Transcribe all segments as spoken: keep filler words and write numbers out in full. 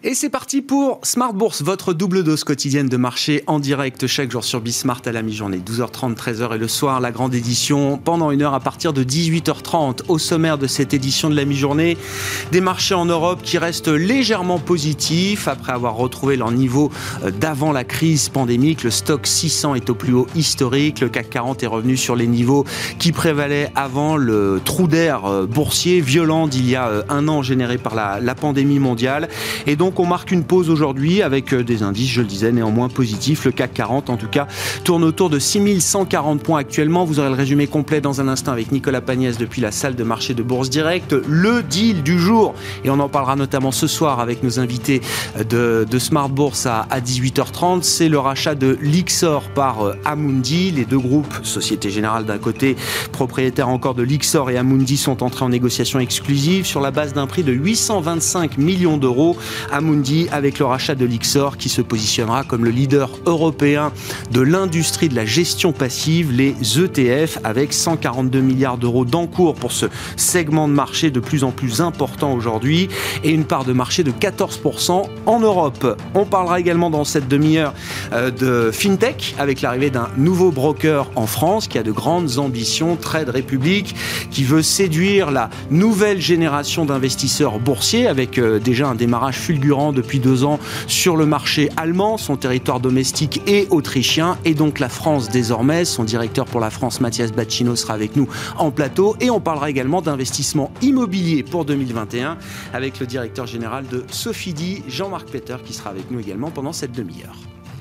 Et c'est parti pour Smart Bourse, votre double dose quotidienne de marché en direct chaque jour sur Bismart à la mi-journée, douze heures trente, treize heures et le soir, la grande édition pendant une heure à partir de dix-huit heures trente. Au sommaire de cette édition de la mi-journée, des marchés en Europe qui restent légèrement positifs après avoir retrouvé leur niveau d'avant la crise pandémique. Le stock six cents est au plus haut historique, le C A C quarante est revenu sur les niveaux qui prévalaient avant le trou d'air boursier violent d'il y a un an généré par la, la pandémie mondiale. Et donc on marque une pause aujourd'hui avec des indices, je le disais, néanmoins positifs. Le C A C quarante, en tout cas, tourne autour de six mille cent quarante points actuellement. Vous aurez le résumé complet dans un instant avec Nicolas Pagnès depuis la salle de marché de Bourse Direct. Le deal du jour, et on en parlera notamment ce soir avec nos invités de, de Smart Bourse à, à dix-huit heures trente, c'est le rachat de Lyxor par euh, Amundi. Les deux groupes, Société Générale d'un côté, propriétaires encore de Lyxor, et Amundi sont entrés en négociation exclusive sur la base d'un prix de huit cent vingt-cinq millions d'euros. Amundi avec le rachat de Lyxor qui se positionnera comme le leader européen de l'industrie de la gestion passive, les E T F, avec cent quarante-deux milliards d'euros d'encours pour ce segment de marché de plus en plus important aujourd'hui et une part de marché de quatorze pour cent en Europe. On parlera également dans cette demi-heure de FinTech avec l'arrivée d'un nouveau broker en France qui a de grandes ambitions, Trade Republic, qui veut séduire la nouvelle génération d'investisseurs boursiers avec déjà un démarrage fulgurant depuis deux ans sur le marché allemand, son territoire domestique et autrichien, et donc la France désormais. Son directeur pour la France, Mathias Bacchino, sera avec nous en plateau, et on parlera également d'investissement immobilier pour deux mille vingt et un avec le directeur général de Sofidy, Jean-Marc Peter, qui sera avec nous également pendant cette demi-heure.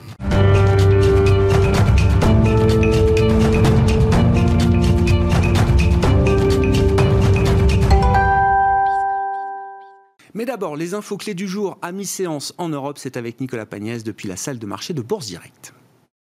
Mais d'abord, les infos clés du jour à mi-séance en Europe, c'est avec Nicolas Pagnès depuis la salle de marché de Bourse Direct.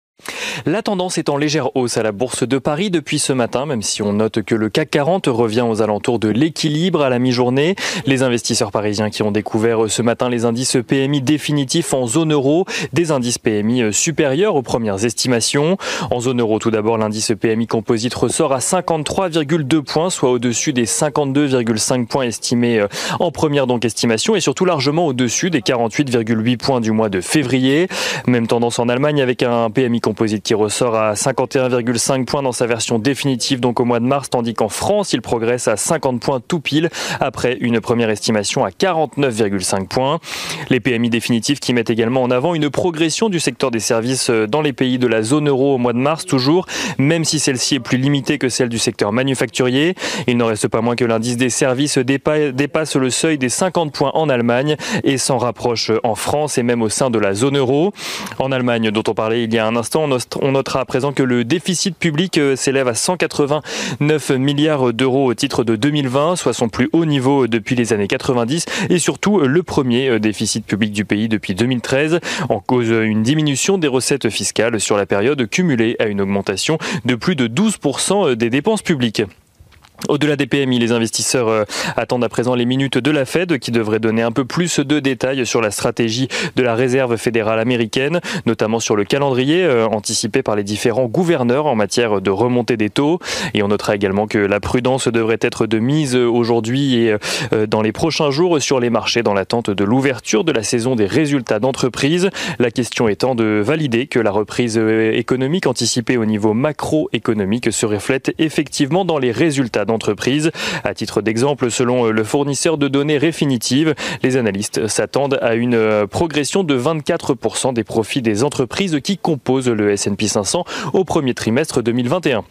La tendance est en légère hausse à la Bourse de Paris depuis ce matin, même si on note que le C A C quarante revient aux alentours de l'équilibre à la mi-journée. Les investisseurs parisiens qui ont découvert ce matin les indices P M I définitifs en zone euro, des indices P M I supérieurs aux premières estimations. En zone euro, tout d'abord, l'indice P M I composite ressort à cinquante-trois virgule deux points, soit au-dessus des cinquante-deux virgule cinq points estimés en première donc estimation, et surtout largement au-dessus des quarante-huit virgule huit points du mois de février. Même tendance en Allemagne avec un P M I composite qui ressort à cinquante et un virgule cinq points dans sa version définitive donc au mois de mars, tandis qu'en France, il progresse à cinquante points tout pile après une première estimation à quarante-neuf virgule cinq points. Les P M I définitifs qui mettent également en avant une progression du secteur des services dans les pays de la zone euro au mois de mars toujours, même si celle-ci est plus limitée que celle du secteur manufacturier. Il n'en reste pas moins que l'indice des services dépasse le seuil des cinquante points en Allemagne et s'en rapproche en France et même au sein de la zone euro. En Allemagne, dont on parlait il y a un instant, on notera à présent que le déficit public s'élève à cent quatre-vingt-neuf milliards d'euros au titre de deux mille vingt, soit son plus haut niveau depuis les années quatre-vingt-dix, et surtout le premier déficit public du pays depuis deux mille treize, en cause une diminution des recettes fiscales sur la période cumulée à une augmentation de plus de douze pour cent des dépenses publiques. Au-delà des P M I, les investisseurs euh, attendent à présent les minutes de la Fed qui devraient donner un peu plus de détails sur la stratégie de la Réserve fédérale américaine, notamment sur le calendrier euh, anticipé par les différents gouverneurs en matière de remontée des taux. Et on notera également que la prudence devrait être de mise aujourd'hui et euh, dans les prochains jours sur les marchés dans l'attente de l'ouverture de la saison des résultats d'entreprise. La question étant de valider que la reprise économique anticipée au niveau macroéconomique se reflète effectivement dans les résultats d'entreprise. À titre d'exemple, selon le fournisseur de données Refinitiv, les analystes s'attendent à une progression de vingt-quatre pour cent des profits des entreprises qui composent le S and P cinq cents au premier trimestre deux mille vingt et un.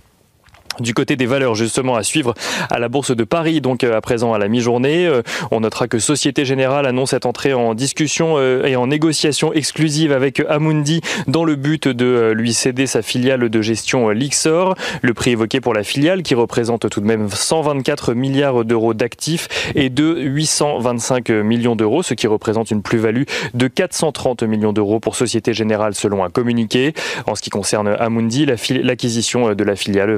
Du côté des valeurs justement à suivre à la Bourse de Paris, donc à présent à la mi-journée, on notera que Société Générale annonce être entrée en discussion et en négociation exclusive avec Amundi dans le but de lui céder sa filiale de gestion Lyxor. Le prix évoqué pour la filiale, qui représente tout de même cent vingt-quatre milliards d'euros d'actifs, est de huit cent vingt-cinq millions d'euros, ce qui représente une plus-value de quatre cent trente millions d'euros pour Société Générale selon un communiqué. En ce qui concerne Amundi, l'acquisition de la filiale va lui permettre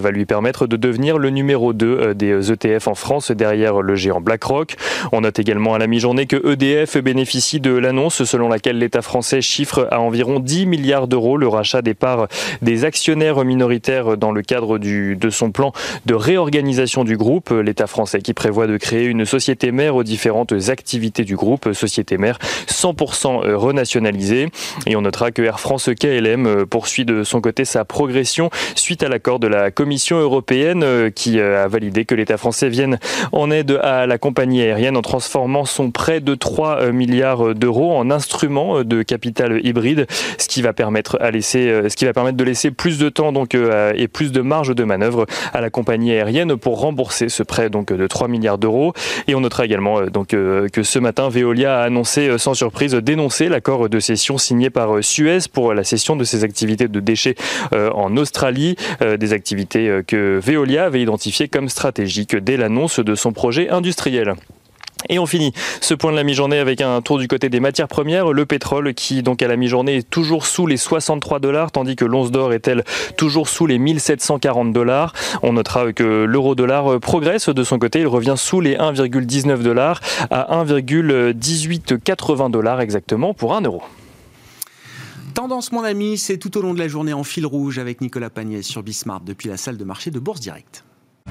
permettre de devenir le numéro deux des E T F en France derrière le géant BlackRock. On note également à la mi-journée que E D F bénéficie de l'annonce selon laquelle l'État français chiffre à environ dix milliards d'euros le rachat des parts des actionnaires minoritaires dans le cadre du, de son plan de réorganisation du groupe. L'État français qui prévoit de créer une société mère aux différentes activités du groupe, société mère cent pour cent renationalisée. Et on notera que Air France K L M poursuit de son côté sa progression suite à l'accord de la Commission européenne qui a validé que l'État français vienne en aide à la compagnie aérienne en transformant son prêt de trois milliards d'euros en instrument de capital hybride, ce qui va permettre à laisser, ce qui va permettre de laisser plus de temps donc et plus de marge de manœuvre à la compagnie aérienne pour rembourser ce prêt donc de trois milliards d'euros. Et on notera également donc que ce matin Veolia a annoncé sans surprise dénoncer l'accord de cession signé par Suez pour la cession de ses activités de déchets en Australie, des activités que Veolia avait identifiées comme stratégiques dès l'annonce de son projet industriel. Et on finit ce point de la mi-journée avec un tour du côté des matières premières. Le pétrole qui, donc à la mi-journée, est toujours sous les soixante-trois dollars, tandis que l'once d'or est, elle, toujours sous les mille sept cent quarante dollars. On notera que l'euro-dollar progresse de son côté. Il revient sous les un virgule dix-neuf dollars à un virgule dix-huit quatre-vingts dollars exactement pour un euro. Tendance, mon ami, c'est tout au long de la journée en fil rouge avec Nicolas Pagnès sur Bismart depuis la salle de marché de Bourse Direct.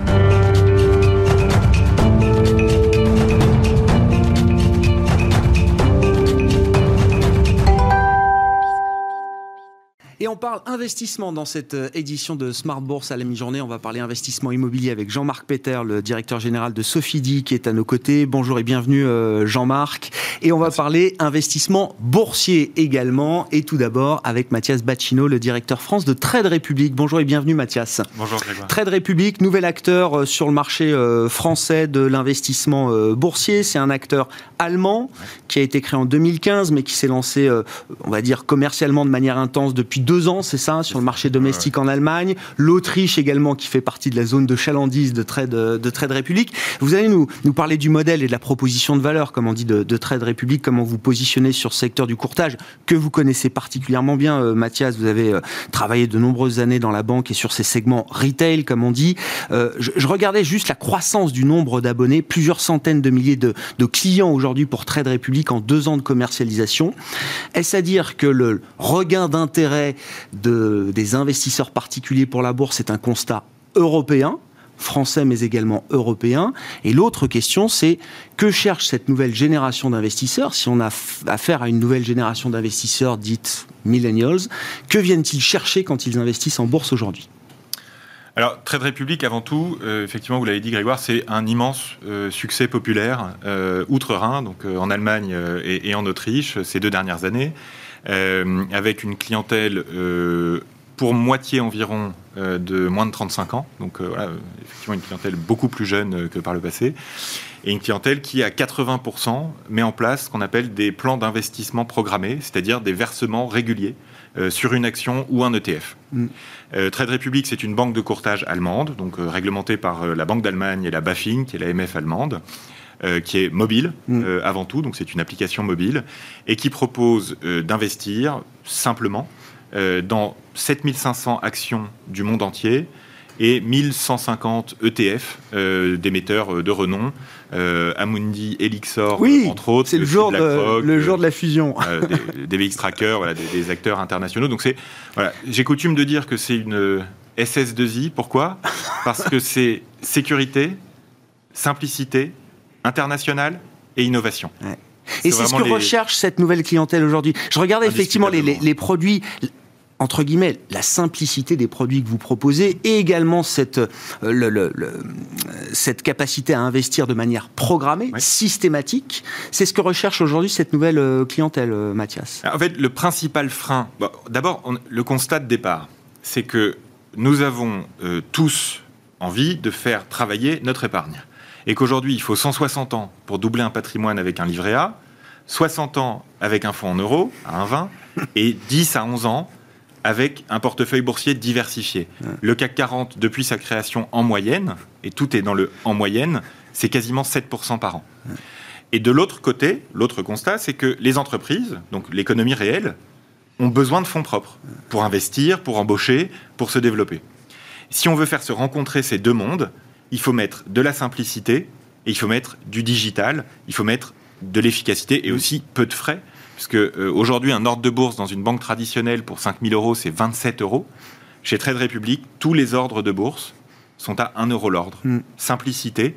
Et on parle investissement dans cette édition de Smart Bourse à la mi-journée. On va parler investissement immobilier avec Jean-Marc Peter, le directeur général de Sofidy, qui est à nos côtés. Bonjour et bienvenue Jean-Marc. Et on va Merci. parler investissement boursier également. Et tout d'abord avec Mathias Bacchino, le directeur France de Trade Republic. Bonjour et bienvenue Mathias. Bonjour Grégoire. Trade Republic, nouvel acteur sur le marché français de l'investissement boursier. C'est un acteur allemand ouais. qui a été créé en deux mille quinze, mais qui s'est lancé, on va dire, commercialement de manière intense depuis deux ans, c'est ça, sur le marché domestique ouais. en Allemagne. L'Autriche également, qui fait partie de la zone de chalandise de Trade, de Trade Republic. Vous allez nous, nous parler du modèle et de la proposition de valeur, comme on dit, de, de Trade Republic, comment vous positionnez sur ce secteur du courtage, que vous connaissez particulièrement bien, euh, Mathias. Vous avez euh, travaillé de nombreuses années dans la banque et sur ces segments retail, comme on dit. Euh, je, je regardais juste la croissance du nombre d'abonnés, plusieurs centaines de milliers de, de clients aujourd'hui pour Trade Republic en deux ans de commercialisation. Est-ce à dire que le regain d'intérêt De, des investisseurs particuliers pour la bourse, c'est un constat européen, français mais également européen. Et l'autre question, c'est que cherche cette nouvelle génération d'investisseurs? Si on a f- affaire à une nouvelle génération d'investisseurs dite millennials, que viennent-ils chercher quand ils investissent en bourse aujourd'hui? Alors, Trade Republic, avant tout, euh, effectivement, vous l'avez dit Grégoire, c'est un immense euh, succès populaire euh, outre-Rhin, donc euh, en Allemagne euh, et, et en Autriche, ces deux dernières années. Euh, avec une clientèle euh, pour moitié environ euh, de moins de trente-cinq ans, donc euh, voilà, effectivement une clientèle beaucoup plus jeune euh, que par le passé, et une clientèle qui à quatre-vingts pour cent met en place ce qu'on appelle des plans d'investissement programmés, c'est-à-dire des versements réguliers euh, sur une action ou un E T F. Mm. Euh, Trade Republic, c'est une banque de courtage allemande, donc euh, réglementée par euh, la Banque d'Allemagne et la BaFin, qui est la M F allemande. Euh, qui est mobile mmh. euh, avant tout, donc c'est une application mobile, et qui propose euh, d'investir simplement euh, dans sept mille cinq cents actions du monde entier et mille cent cinquante E T F euh, d'émetteurs de renom, euh, Amundi, Elixor, oui, entre autres. C'est le, jour de, Rock, le jour de la fusion. Euh, des, des V X Tracker, voilà, des, des acteurs internationaux. Donc c'est, voilà, j'ai coutume de dire que c'est une S S deux I. Pourquoi ? Parce que c'est sécurité, simplicité, international et innovation. Ouais. Et c'est ce que les... recherche cette nouvelle clientèle aujourd'hui. Je regardais effectivement les, les, les produits, entre guillemets, la simplicité des produits que vous proposez et également cette, euh, le, le, le, cette capacité à investir de manière programmée, ouais. systématique. C'est ce que recherche aujourd'hui cette nouvelle euh, clientèle, euh, Mathias. En fait, le principal frein, bon, d'abord, on, le constat de départ, c'est que nous avons euh, tous envie de faire travailler notre épargne. Et qu'aujourd'hui, il faut cent soixante ans pour doubler un patrimoine avec un livret A, soixante ans avec un fonds en euros, à un virgule vingt, et dix à onze ans avec un portefeuille boursier diversifié. Ouais. Le C A C quarante, depuis sa création en moyenne, et tout est dans le en moyenne, c'est quasiment sept pour cent par an. Ouais. Et de l'autre côté, l'autre constat, c'est que les entreprises, donc l'économie réelle, ont besoin de fonds propres pour investir, pour embaucher, pour se développer. Si on veut faire se rencontrer ces deux mondes, il faut mettre de la simplicité et il faut mettre du digital, il faut mettre de l'efficacité et aussi peu de frais. Parce qu'aujourd'hui, euh, un ordre de bourse dans une banque traditionnelle pour cinq mille euros, c'est vingt-sept euros. Chez Trade Republic, tous les ordres de bourse sont à un euro l'ordre. Mm. Simplicité,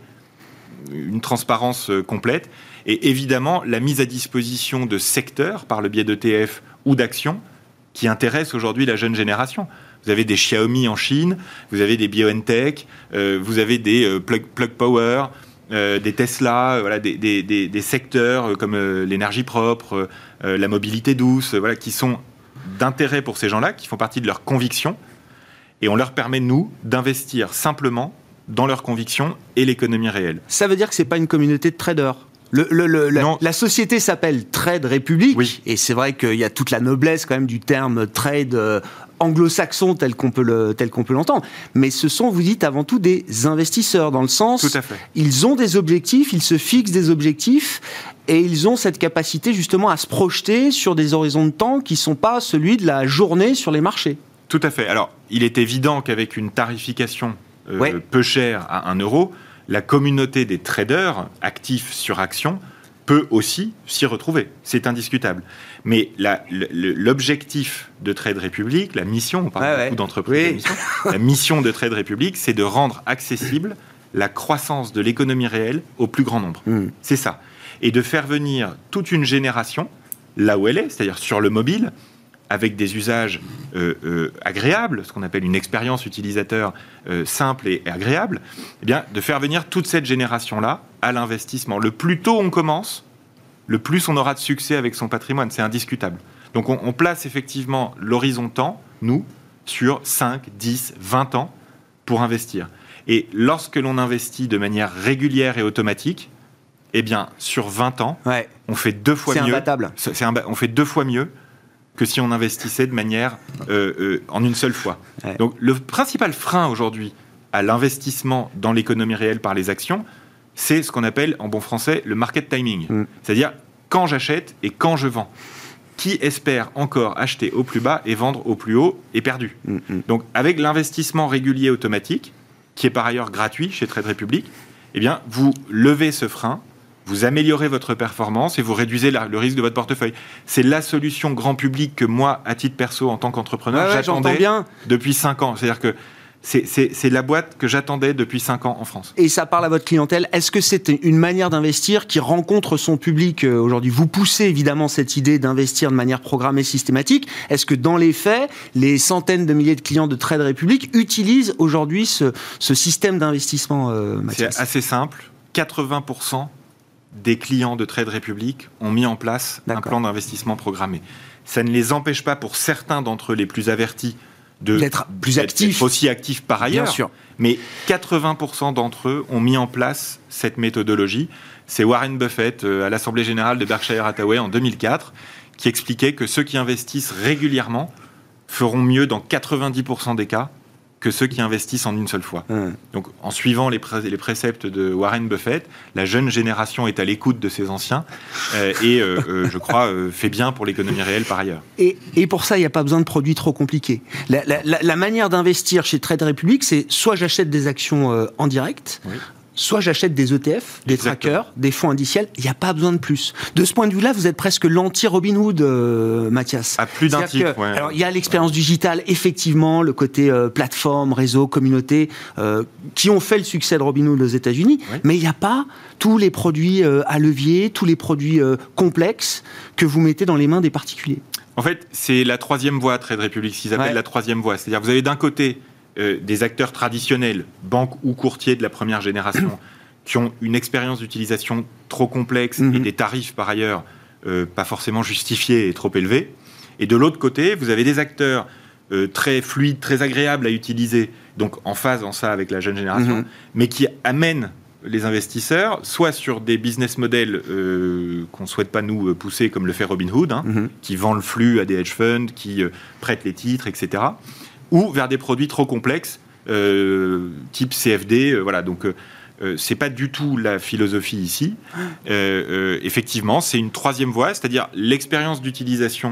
une transparence euh, complète et évidemment la mise à disposition de secteurs par le biais d'E T F ou d'actions qui intéressent aujourd'hui la jeune génération. Vous avez des Xiaomi en Chine, vous avez des BioNTech, euh, vous avez des euh, Plug, Plug Power, euh, des Tesla, euh, voilà, des, des, des, des secteurs euh, comme euh, l'énergie propre, euh, la mobilité douce, euh, voilà, qui sont d'intérêt pour ces gens-là, qui font partie de leurs convictions. Et on leur permet, nous, d'investir simplement dans leurs convictions et l'économie réelle. Ça veut dire que ce n'est pas une communauté de traders ? Le, le, le, la, la société s'appelle Trade Republic, oui. Et c'est vrai qu'il y a toute la noblesse quand même du terme trade euh, anglo-saxon tel qu'on peut le, tel qu'on peut l'entendre. Mais ce sont, vous dites, avant tout des investisseurs, dans le sens, tout à fait. Ils ont des objectifs, ils se fixent des objectifs, et ils ont cette capacité justement à se projeter sur des horizons de temps qui ne sont pas celui de la journée sur les marchés. Tout à fait. Alors, il est évident qu'avec une tarification euh, ouais. peu chère à un euro, la communauté des traders actifs sur actions peut aussi s'y retrouver. C'est indiscutable. Mais la, l'objectif de Trade Republic, la mission, on parle ouais, beaucoup ouais. d'entreprises, oui. de mission, la mission de Trade Republic, c'est de rendre accessible la croissance de l'économie réelle au plus grand nombre. Mmh. C'est ça. Et de faire venir toute une génération là où elle est, c'est-à-dire sur le mobile, avec des usages euh, euh, agréables, ce qu'on appelle une expérience utilisateur euh, simple et, et agréable, eh bien, de faire venir toute cette génération-là à l'investissement. Le plus tôt on commence, le plus on aura de succès avec son patrimoine, c'est indiscutable. Donc on, on place effectivement l'horizon temps, nous, sur cinq, dix, vingt ans pour investir. Et lorsque l'on investit de manière régulière et automatique, eh bien, sur vingt ans, ouais. on fait deux fois c'est mieux. Imbattable. C'est imbattable. On fait deux fois mieux que si on investissait de manière euh, euh, en une seule fois. Ouais. Donc le principal frein aujourd'hui à l'investissement dans l'économie réelle par les actions, c'est ce qu'on appelle en bon français le market timing. Mm. C'est-à-dire quand j'achète et quand je vends. Qui espère encore acheter au plus bas et vendre au plus haut est perdu. Mm. Donc avec l'investissement régulier automatique, qui est par ailleurs gratuit chez Trade Republic, eh bien vous levez ce frein, vous améliorez votre performance et vous réduisez la, le risque de votre portefeuille. C'est la solution grand public que moi, à titre perso, en tant qu'entrepreneur, ouais, ouais, j'attendais bien. depuis cinq ans. C'est-à-dire que c'est, c'est, c'est la boîte que j'attendais depuis cinq ans en France. Et ça parle à votre clientèle. Est-ce que c'est une manière d'investir qui rencontre son public aujourd'hui ? Vous poussez évidemment cette idée d'investir de manière programmée systématique. Est-ce que dans les faits, les centaines de milliers de clients de Trade Republic utilisent aujourd'hui ce, ce système d'investissement, euh, Mathias ? C'est assez simple. quatre-vingts pour cent des clients de Trade Republic ont mis en place D'accord. un plan d'investissement programmé. Ça ne les empêche pas, pour certains d'entre eux les plus avertis, de, d'être plus actifs, d'être aussi actifs par ailleurs. Bien sûr. Mais quatre-vingts pour cent d'entre eux ont mis en place cette méthodologie. C'est Warren Buffett, euh, à l'Assemblée Générale de Berkshire Hathaway en deux mille quatre, qui expliquait que ceux qui investissent régulièrement feront mieux dans quatre-vingt-dix pour cent des cas que ceux qui investissent en une seule fois. Mmh. Donc, en suivant les, pré- les préceptes de Warren Buffett, la jeune génération est à l'écoute de ses anciens euh, et, euh, euh, je crois, euh, fait bien pour l'économie réelle par ailleurs. Et, et pour ça, il n'y a pas besoin de produits trop compliqués. La, la, la, la manière d'investir chez Trade Republic, c'est soit j'achète des actions euh, en direct, oui. soit j'achète des E T F, des Exactement. trackers, des fonds indiciels. Il n'y a pas besoin de plus. De ce point de vue-là, vous êtes presque l'anti-Robinhood, euh, Mathias. À plus d'un titre, ouais. Alors, il y a l'expérience ouais. digitale, effectivement, le côté euh, plateforme, réseau, communauté, euh, qui ont fait le succès de Robinhood aux États-Unis. Oui. Mais il n'y a pas tous les produits euh, à levier, tous les produits euh, complexes que vous mettez dans les mains des particuliers. En fait, c'est la troisième voie, Trade Republic, ce qu'ils appellent ouais. la troisième voie. C'est-à-dire, vous avez d'un côté Euh, des acteurs traditionnels, banques ou courtiers de la première génération, qui ont une expérience d'utilisation trop complexe mmh. et des tarifs par ailleurs euh, pas forcément justifiés et trop élevés. Et de l'autre côté, vous avez des acteurs euh, très fluides, très agréables à utiliser, donc en phase en ça avec la jeune génération, mmh. mais qui amènent les investisseurs soit sur des business models euh, qu'on ne souhaite pas nous pousser, comme le fait Robinhood, hein, mmh. qui vend le flux à des hedge funds, qui euh, prêtent les titres, et cetera, ou vers des produits trop complexes, euh, type C F D. Euh, voilà, donc euh, euh, c'est pas du tout la philosophie ici. Euh, euh, effectivement, c'est une troisième voie, c'est-à-dire l'expérience d'utilisation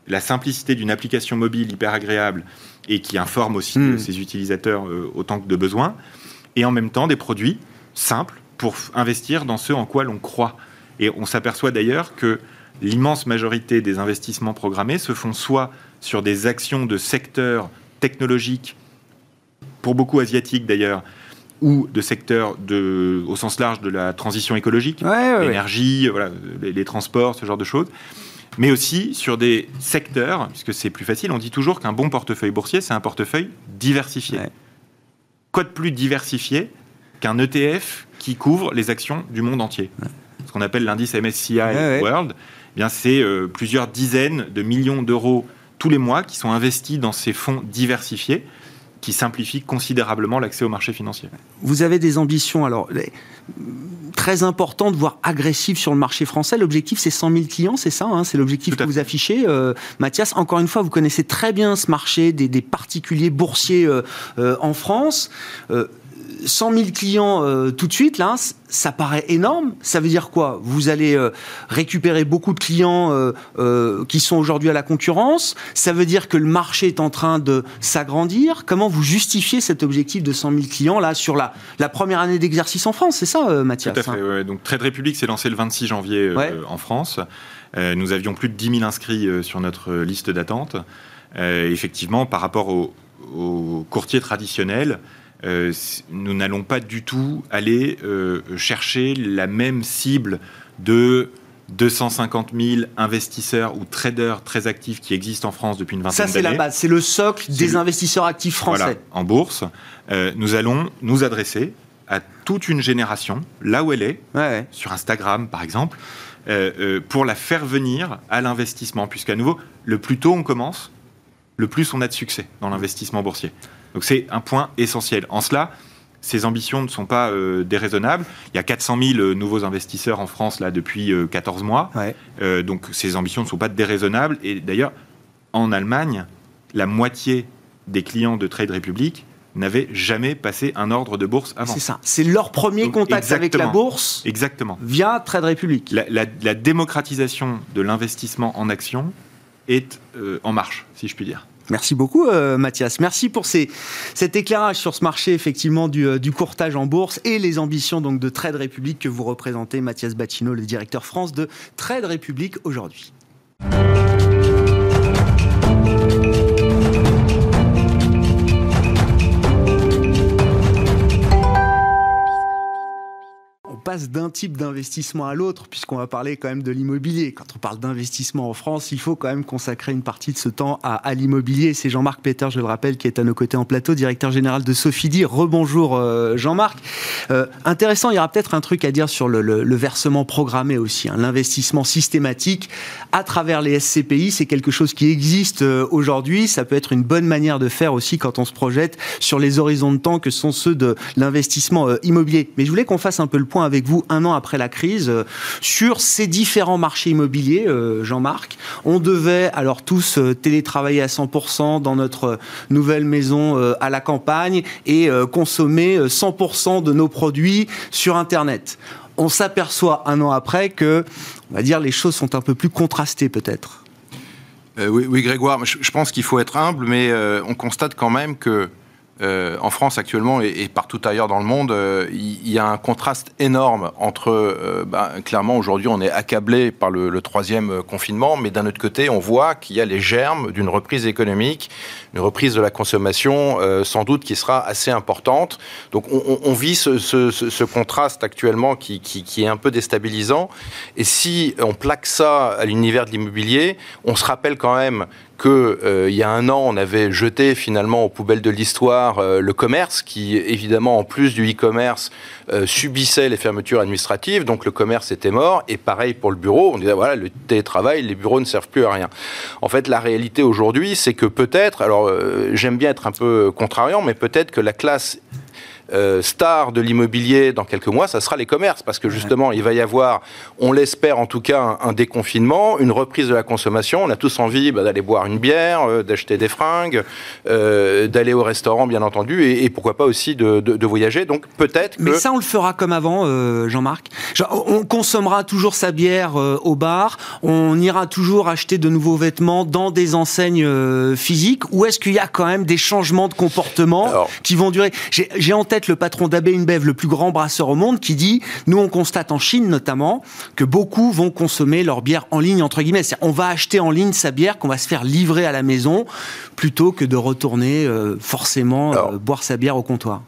la simplicité d'une application mobile hyper agréable et qui informe aussi mmh. ses utilisateurs euh, autant que de besoin, et en même temps des produits simples pour investir dans ce en quoi l'on croit. Et on s'aperçoit d'ailleurs que l'immense majorité des investissements programmés se font soit sur des actions de secteurs technologiques, pour beaucoup asiatiques d'ailleurs, ou de secteurs de, au sens large de la transition écologique, ouais, ouais, l'énergie, ouais. Voilà, les, les transports, ce genre de choses, mais aussi sur des secteurs, puisque c'est plus facile, on dit toujours qu'un bon portefeuille boursier, c'est un portefeuille diversifié. Ouais. Quoi de plus diversifié qu'un E T F qui couvre les actions du monde entier, ouais. Ce qu'on appelle l'indice M S C I ouais, ouais. World, eh bien c'est euh, plusieurs dizaines de millions d'euros tous les mois qui sont investis dans ces fonds diversifiés, qui simplifie considérablement l'accès au marché financier. Vous avez des ambitions alors très importantes, voire agressives sur le marché français. L'objectif, c'est cent mille clients, c'est ça hein, c'est l'objectif que vous affichez. Euh, Mathias, encore une fois, vous connaissez très bien ce marché des, des particuliers boursiers euh, euh, en France. Euh, cent mille clients euh, tout de suite, là, ça paraît énorme. Ça veut dire quoi ? Vous allez euh, récupérer beaucoup de clients euh, euh, qui sont aujourd'hui à la concurrence. Ça veut dire que le marché est en train de s'agrandir. Comment vous justifiez cet objectif de cent mille clients là, sur la, la première année d'exercice en France ? C'est ça, euh, Mathias ? Tout à fait. Hein ouais. Donc, Trade Republic s'est lancé le vingt-six janvier euh, ouais. en France. Euh, nous avions plus de dix mille inscrits euh, sur notre liste d'attente. Euh, effectivement, par rapport aux au courtiers traditionnels, Euh, nous n'allons pas du tout aller euh, chercher la même cible de deux cent cinquante mille investisseurs ou traders très actifs qui existent en France depuis une vingtaine d'années. Ça, c'est la base, c'est le socle c'est des le... investisseurs actifs français. Voilà, en bourse, euh, nous allons nous adresser à toute une génération, là où elle est, ouais, ouais. sur Instagram par exemple, euh, euh, pour la faire venir à l'investissement, puisqu'à nouveau, le plus tôt on commence, le plus on a de succès dans l'investissement boursier. Donc c'est un point essentiel. En cela, ces ambitions ne sont pas euh, déraisonnables. Il y a quatre cent mille euh, nouveaux investisseurs en France là, depuis euh, quatorze mois. Ouais. Euh, donc ces ambitions ne sont pas déraisonnables. Et d'ailleurs, en Allemagne, la moitié des clients de Trade Republic n'avaient jamais passé un ordre de bourse avant. C'est ça. C'est leur premier donc, contact avec la bourse exactement. Via Trade Republic. La, la, la démocratisation de l'investissement en actions est euh, en marche, si je puis dire. Merci beaucoup euh, Mathias. Merci pour ces, cet éclairage sur ce marché effectivement du, euh, du courtage en bourse et les ambitions donc de Trade Republic que vous représentez, Mathias Bacchino, le directeur France de Trade Republic aujourd'hui. Passe d'un type d'investissement à l'autre, puisqu'on va parler quand même de l'immobilier. Quand on parle d'investissement en France, il faut quand même consacrer une partie de ce temps à, à l'immobilier. C'est Jean-Marc Peter, je le rappelle, qui est à nos côtés en plateau, directeur général de Sofidy. Rebonjour euh, Jean-Marc. Euh, intéressant, il y aura peut-être un truc à dire sur le, le, le versement programmé aussi. Hein. L'investissement systématique à travers les S C P I, c'est quelque chose qui existe euh, aujourd'hui. Ça peut être une bonne manière de faire aussi quand on se projette sur les horizons de temps que sont ceux de l'investissement euh, immobilier. Mais je voulais qu'on fasse un peu le point avec vous un an après la crise euh, sur ces différents marchés immobiliers, euh, Jean-Marc. On devait alors tous euh, télétravailler à cent pour cent dans notre nouvelle maison euh, à la campagne et euh, consommer euh, cent pour cent de nos produits sur Internet. On s'aperçoit un an après que, on va dire, les choses sont un peu plus contrastées peut-être. Euh, oui, oui, Grégoire, je, je pense qu'il faut être humble, mais euh, on constate quand même que Euh, en France actuellement et, et partout ailleurs dans le monde, euh, il y, y a un contraste énorme entre, euh, ben, clairement aujourd'hui on est accablé par le, le troisième confinement, mais d'un autre côté on voit qu'il y a les germes d'une reprise économique, une reprise de la consommation euh, sans doute qui sera assez importante. Donc on, on vit ce, ce, ce contraste actuellement qui, qui, qui est un peu déstabilisant, et si on plaque ça à l'univers de l'immobilier, on se rappelle quand même qu'il euh, y a un an, on avait jeté finalement aux poubelles de l'histoire euh, le commerce, qui évidemment, en plus du e-commerce, euh, subissait les fermetures administratives, donc le commerce était mort, et pareil pour le bureau, on disait voilà, le télétravail, les bureaux ne servent plus à rien. En fait, la réalité aujourd'hui, c'est que peut-être, alors euh, j'aime bien être un peu contrariant, mais peut-être que la classe euh, star de l'immobilier dans quelques mois, ça sera les commerces, parce que justement, il va y avoir, on l'espère en tout cas, un, un déconfinement, une reprise de la consommation. On a tous envie bah, d'aller boire une bière, euh, d'acheter des fringues, euh, d'aller au restaurant, bien entendu, et, et pourquoi pas aussi de, de, de voyager. Donc peut-être que... Mais ça, on le fera comme avant, euh, Jean-Marc. Genre, on consommera toujours sa bière euh, au bar, on ira toujours acheter de nouveaux vêtements dans des enseignes euh, physiques, ou est-ce qu'il y a quand même des changements de comportement Alors, qui vont durer? J'ai, j'ai en tête le patron d'A B InBev, le plus grand brasseur au monde, qui dit, nous on constate en Chine notamment, que beaucoup vont consommer leur bière en ligne, entre guillemets. C'est-à-dire, on va acheter en ligne sa bière qu'on va se faire livrer à la maison, plutôt que de retourner euh, forcément Alors, euh, boire sa bière au comptoir.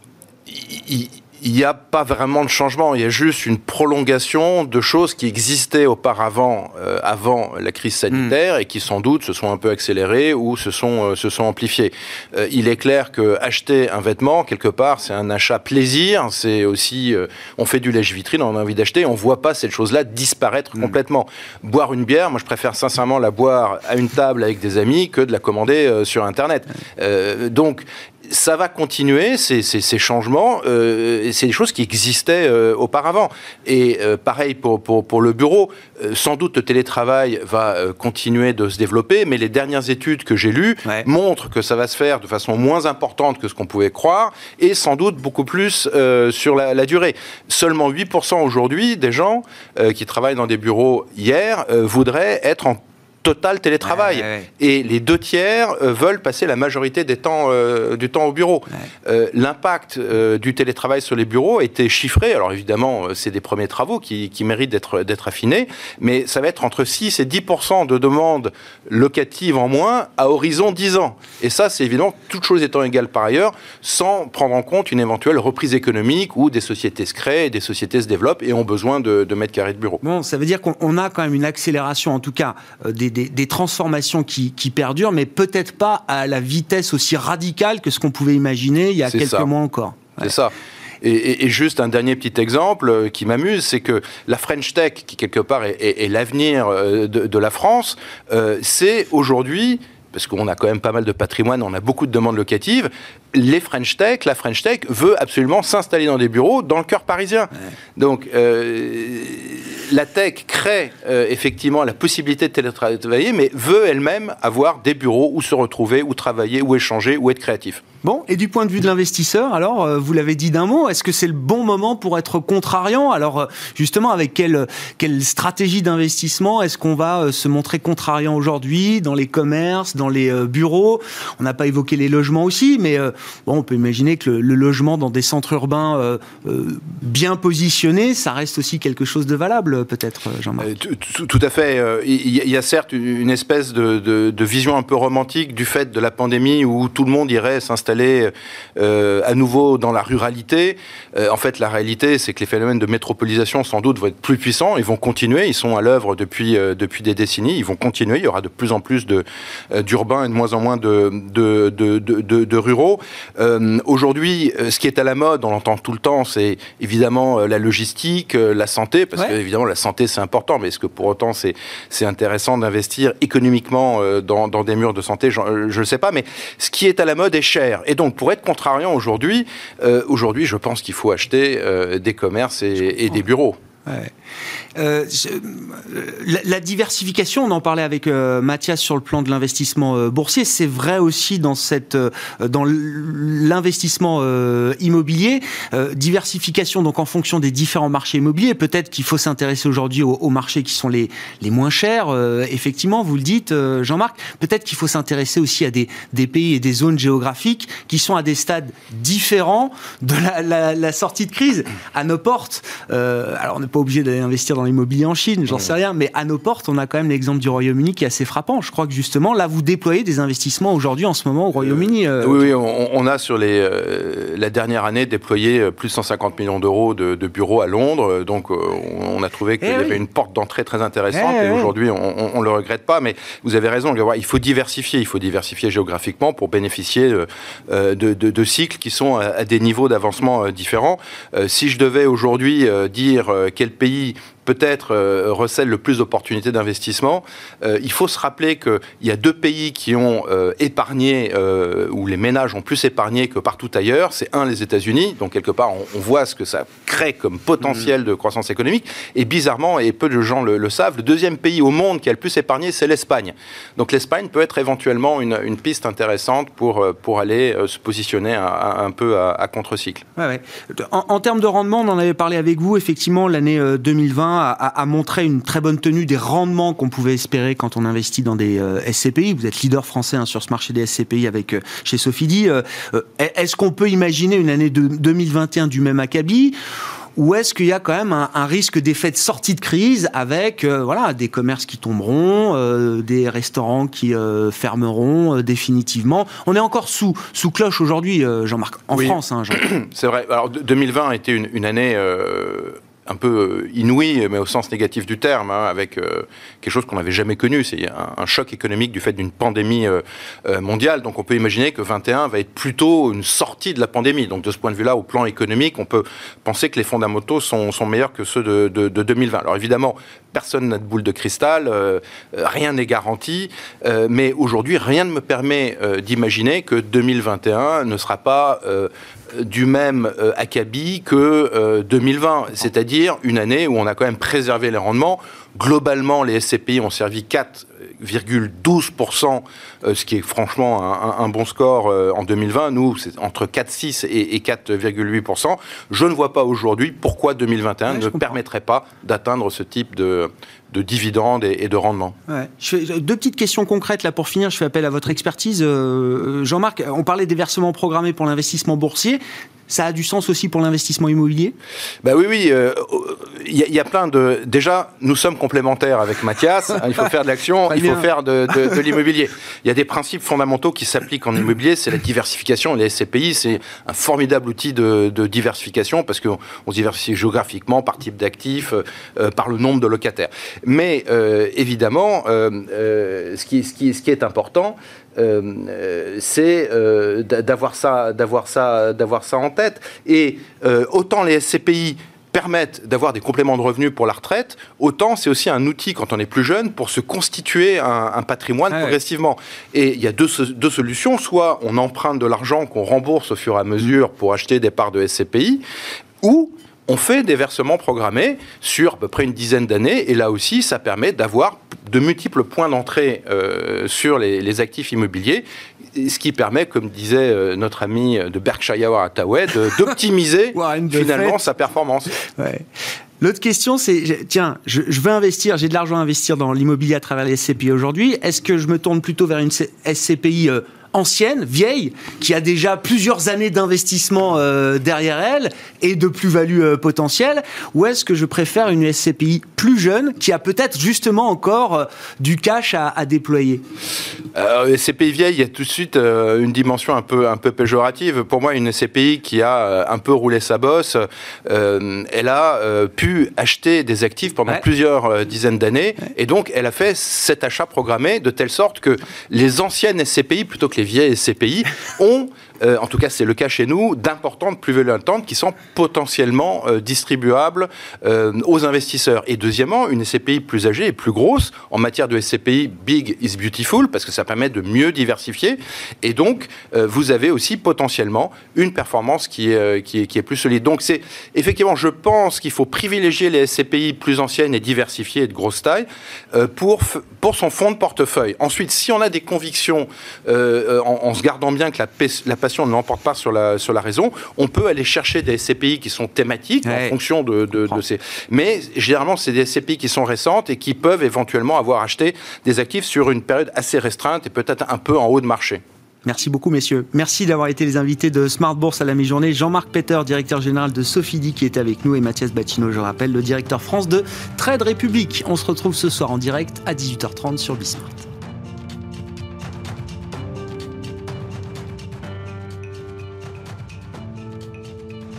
Il, il n'y a pas vraiment de changement, il y a juste une prolongation de choses qui existaient auparavant, euh, avant la crise sanitaire, mmh. et qui sans doute se sont un peu accélérées ou se sont, euh, se sont amplifiées. Euh, il est clair que acheter un vêtement, quelque part, c'est un achat plaisir, c'est aussi, euh, on fait du lèche-vitrine, on a envie d'acheter, on ne voit pas cette chose-là disparaître mmh. complètement. Boire une bière, moi je préfère sincèrement la boire à une table avec des amis que de la commander euh, sur Internet. Euh, donc, ça va continuer, ces, ces, ces changements, euh, c'est des choses qui existaient euh, auparavant. Et euh, pareil pour, pour, pour le bureau, euh, sans doute le télétravail va euh, continuer de se développer, mais les dernières études que j'ai lues ouais. montrent que ça va se faire de façon moins importante que ce qu'on pouvait croire, et sans doute beaucoup plus euh, sur la, la durée. Seulement huit pour cent aujourd'hui des gens euh, qui travaillent dans des bureaux hier euh, voudraient être en total télétravail. Ouais, ouais, ouais. Et les deux tiers euh, veulent passer la majorité des temps, euh, du temps au bureau. Ouais. Euh, l'impact euh, du télétravail sur les bureaux a été chiffré. Alors évidemment, c'est des premiers travaux qui, qui méritent d'être, d'être affinés, mais ça va être entre six et dix pour cent de demandes locatives en moins à horizon dix ans. Et ça, c'est évidemment, toutes choses étant égales par ailleurs, sans prendre en compte une éventuelle reprise économique où des sociétés se créent, des sociétés se développent et ont besoin de, de mètres carrés de bureaux. Bon, ça veut dire qu'on a quand même une accélération, en tout cas, euh, des Des, des transformations qui, qui perdurent, mais peut-être pas à la vitesse aussi radicale que ce qu'on pouvait imaginer il y a c'est quelques ça. mois encore. Ouais. C'est ça. Et, et, et juste un dernier petit exemple qui m'amuse, c'est que la French Tech, qui quelque part est, est, est l'avenir de, de la France, euh, c'est aujourd'hui, parce qu'on a quand même pas mal de patrimoine, on a beaucoup de demandes locatives, les French Tech, la French Tech veut absolument s'installer dans des bureaux dans le cœur parisien. Ouais. Donc, euh, la tech crée euh, effectivement la possibilité de télétravailler, mais veut elle-même avoir des bureaux où se retrouver, où travailler, où échanger, où être créatif. Bon, et du point de vue de l'investisseur, alors, euh, vous l'avez dit d'un mot, est-ce que c'est le bon moment pour être contrariant ? Alors, euh, justement, avec quelle, quelle stratégie d'investissement est-ce qu'on va euh, se montrer contrariant aujourd'hui dans les commerces, dans les euh, bureaux ? On n'a pas évoqué les logements aussi, mais euh, bon, on peut imaginer que le, le logement dans des centres urbains euh, euh, bien positionnés, ça reste aussi quelque chose de valable, peut-être, Jean-Marc. Euh, tout, tout à fait. Il y a certes une espèce de, de, de vision un peu romantique du fait de la pandémie où tout le monde irait s'installer euh, à nouveau dans la ruralité. Euh, en fait, la réalité, c'est que les phénomènes de métropolisation, sans doute, vont être plus puissants. Ils vont continuer. Ils sont à l'œuvre depuis, euh, depuis des décennies. Ils vont continuer. Il y aura de plus en plus de, euh, d'urbains et de moins en moins de, de, de, de, de, de ruraux. Euh, aujourd'hui, ce qui est à la mode, on l'entend tout le temps, c'est évidemment la logistique, la santé, parce ouais. que évidemment la santé c'est important, mais est-ce que pour autant c'est, c'est intéressant d'investir économiquement dans, dans des murs de santé ? Je ne le sais pas, mais ce qui est à la mode est cher. Et donc pour être contrariant aujourd'hui, euh, aujourd'hui je pense qu'il faut acheter euh, des commerces et, et des bureaux. Ouais. Euh, la, la diversification, on en parlait avec euh, Mathias sur le plan de l'investissement euh, boursier, c'est vrai aussi dans, cette, euh, dans l'investissement euh, immobilier. Euh, diversification donc en fonction des différents marchés immobiliers. Peut-être qu'il faut s'intéresser aujourd'hui aux, aux marchés qui sont les, les moins chers. Euh, effectivement, vous le dites, euh, Jean-Marc. Peut-être qu'il faut s'intéresser aussi à des, des pays et des zones géographiques qui sont à des stades différents de la, la, la sortie de crise. À nos portes, euh, alors on n'est pas obligé d'aller investir dans l'immobilier en Chine, j'en sais rien, mais à nos portes, on a quand même l'exemple du Royaume-Uni qui est assez frappant. Je crois que justement, là, vous déployez des investissements aujourd'hui, en ce moment, au Royaume-Uni. Euh... Oui, oui, on, on a sur les, euh, la dernière année déployé plus de cent cinquante millions d'euros de, de bureaux à Londres, donc euh, on a trouvé qu'il eh y oui. avait une porte d'entrée très intéressante, eh et oui. aujourd'hui, on ne le regrette pas, mais vous avez raison, il faut diversifier, il faut diversifier géographiquement pour bénéficier de, de, de, de cycles qui sont à, à des niveaux d'avancement différents. Euh, si je devais aujourd'hui euh, dire euh, quel pays peut-être euh, recèle le plus d'opportunités d'investissement. Euh, il faut se rappeler qu'il y a deux pays qui ont euh, épargné, euh, où les ménages ont plus épargné que partout ailleurs. C'est un, les États-Unis, donc quelque part on, on voit ce que ça crée comme potentiel mmh. de croissance économique, et bizarrement, et peu de gens le, le savent, le deuxième pays au monde qui a le plus épargné, c'est l'Espagne. Donc l'Espagne peut être éventuellement une, une piste intéressante pour, pour aller euh, se positionner un, un peu à, à contre-cycle. Ouais, ouais. En, en termes de rendement, on en avait parlé avec vous, effectivement, l'année deux mille vingt a, a montré une très bonne tenue des rendements qu'on pouvait espérer quand on investit dans des euh, S C P I. Vous êtes leader français hein, sur ce marché des S C P I avec, euh, chez Sofidy. Euh, est-ce qu'on peut imaginer une année de deux mille vingt et un du même acabit ? Ou est-ce qu'il y a quand même un, un risque d'effet de sortie de crise avec euh, voilà, des commerces qui tomberont, euh, des restaurants qui euh, fermeront euh, définitivement ? On est encore sous, sous cloche aujourd'hui, euh, Jean-Marc, en oui. France. Hein, Jean. C'est vrai. Alors, deux mille vingt a été une, une année... Euh... un peu inouï, mais au sens négatif du terme, hein, avec euh, quelque chose qu'on n'avait jamais connu. C'est un, un choc économique du fait d'une pandémie euh, euh, mondiale. Donc on peut imaginer que vingt et un va être plutôt une sortie de la pandémie. Donc de ce point de vue-là, au plan économique, on peut penser que les fondamentaux sont, sont meilleurs que ceux de, de, de deux mille vingt. Alors évidemment, personne n'a de boule de cristal, euh, rien n'est garanti, euh, mais aujourd'hui, rien ne me permet euh, d'imaginer que deux mille vingt et un ne sera pas... Euh, du même euh, acabit que euh, deux mille vingt, c'est-à-dire une année où on a quand même préservé les rendements. Globalement, les S C P I ont servi quatre virgule douze pour cent, euh, ce qui est franchement un, un, un bon score euh, en deux mille vingt. Nous, c'est entre quatre virgule six et, et quatre virgule huit pour cent. Je ne vois pas aujourd'hui pourquoi deux mille vingt et un ouais, ne permettrait pas d'atteindre ce type de... de dividendes et de rendements. Ouais. Je fais deux petites questions concrètes là pour finir. Je fais appel à votre expertise. Euh, Jean-Marc, on parlait des versements programmés pour l'investissement boursier. Ça a du sens aussi pour l'investissement immobilier ? Ben oui, oui. Il euh, y, y a plein de... Déjà, nous sommes complémentaires avec Mathias. Il faut faire de l'action, il faut faire de, de, de l'immobilier. Il y a des principes fondamentaux qui s'appliquent en immobilier. C'est la diversification. Les S C P I, c'est un formidable outil de, de diversification parce qu'on on se diversifie géographiquement, par type d'actifs, euh, par le nombre de locataires. Mais euh, évidemment, euh, euh, ce, qui, ce, qui, ce qui est important, Euh, c'est euh, d'avoir ça, d'avoir ça, d'avoir ça en tête. Et euh, autant les S C P I permettent d'avoir des compléments de revenus pour la retraite, autant c'est aussi un outil quand on est plus jeune pour se constituer un, un patrimoine ah progressivement. Ouais. Et il y a deux, deux solutions. Soit on emprunte de l'argent qu'on rembourse au fur et à mesure pour acheter des parts de S C P I, ou on fait des versements programmés sur à peu près une dizaine d'années, et là aussi, ça permet d'avoir de multiples points d'entrée euh, sur les, les actifs immobiliers, ce qui permet, comme disait euh, notre ami de Berkshire Hathaway, de, d'optimiser finalement sa performance. Ouais. L'autre question, c'est, tiens, je, je veux investir, j'ai de l'argent à investir dans l'immobilier à travers les S C P I aujourd'hui. Est-ce que je me tourne plutôt vers une S C P I euh, ancienne, vieille, qui a déjà plusieurs années d'investissement euh, derrière elle et de plus-value euh, potentielle, ou est-ce que je préfère une S C P I plus jeune qui a peut-être justement encore euh, du cash à, à déployer ? euh, S C P I vieille, il y a tout de suite euh, une dimension un peu, un peu péjorative. Pour moi, une S C P I qui a euh, un peu roulé sa bosse, euh, elle a euh, pu acheter des actifs pendant ouais. plusieurs euh, dizaines d'années, ouais. et donc elle a fait cet achat programmé de telle sorte que les anciennes S C P I, plutôt que les vieilles S C P I, ont, euh, en tout cas c'est le cas chez nous, d'importantes plus-values latentes qui sont potentiellement euh, distribuables euh, aux investisseurs. Et deuxièmement, une S C P I plus âgée et plus grosse, en matière de S C P I, big is beautiful, parce que ça permet de mieux diversifier, et donc euh, vous avez aussi potentiellement une performance qui est, euh, qui est, qui est plus solide. Donc c'est, effectivement, je pense qu'il faut privilégier les S C P I plus anciennes et diversifiées et de grosse taille euh, pour, pour son fonds de portefeuille. Ensuite, si on a des convictions euh, en, en se gardant bien que la, la passion ne l'emporte pas sur la, sur la raison, on peut aller chercher des S C P I qui sont thématiques ouais. en fonction de, de, de ces... Mais généralement, c'est des S C P I qui sont récentes et qui peuvent éventuellement avoir acheté des actifs sur une période assez restreinte et peut-être un peu en haut de marché. Merci beaucoup, messieurs. Merci d'avoir été les invités de Smart Bourse à la mi-journée. Jean-Marc Peter, directeur général de Sofidy, qui est avec nous, et Mathias Battino, je rappelle, le directeur France de Trade Republic. On se retrouve ce soir en direct à dix-huit heures trente sur Bismart.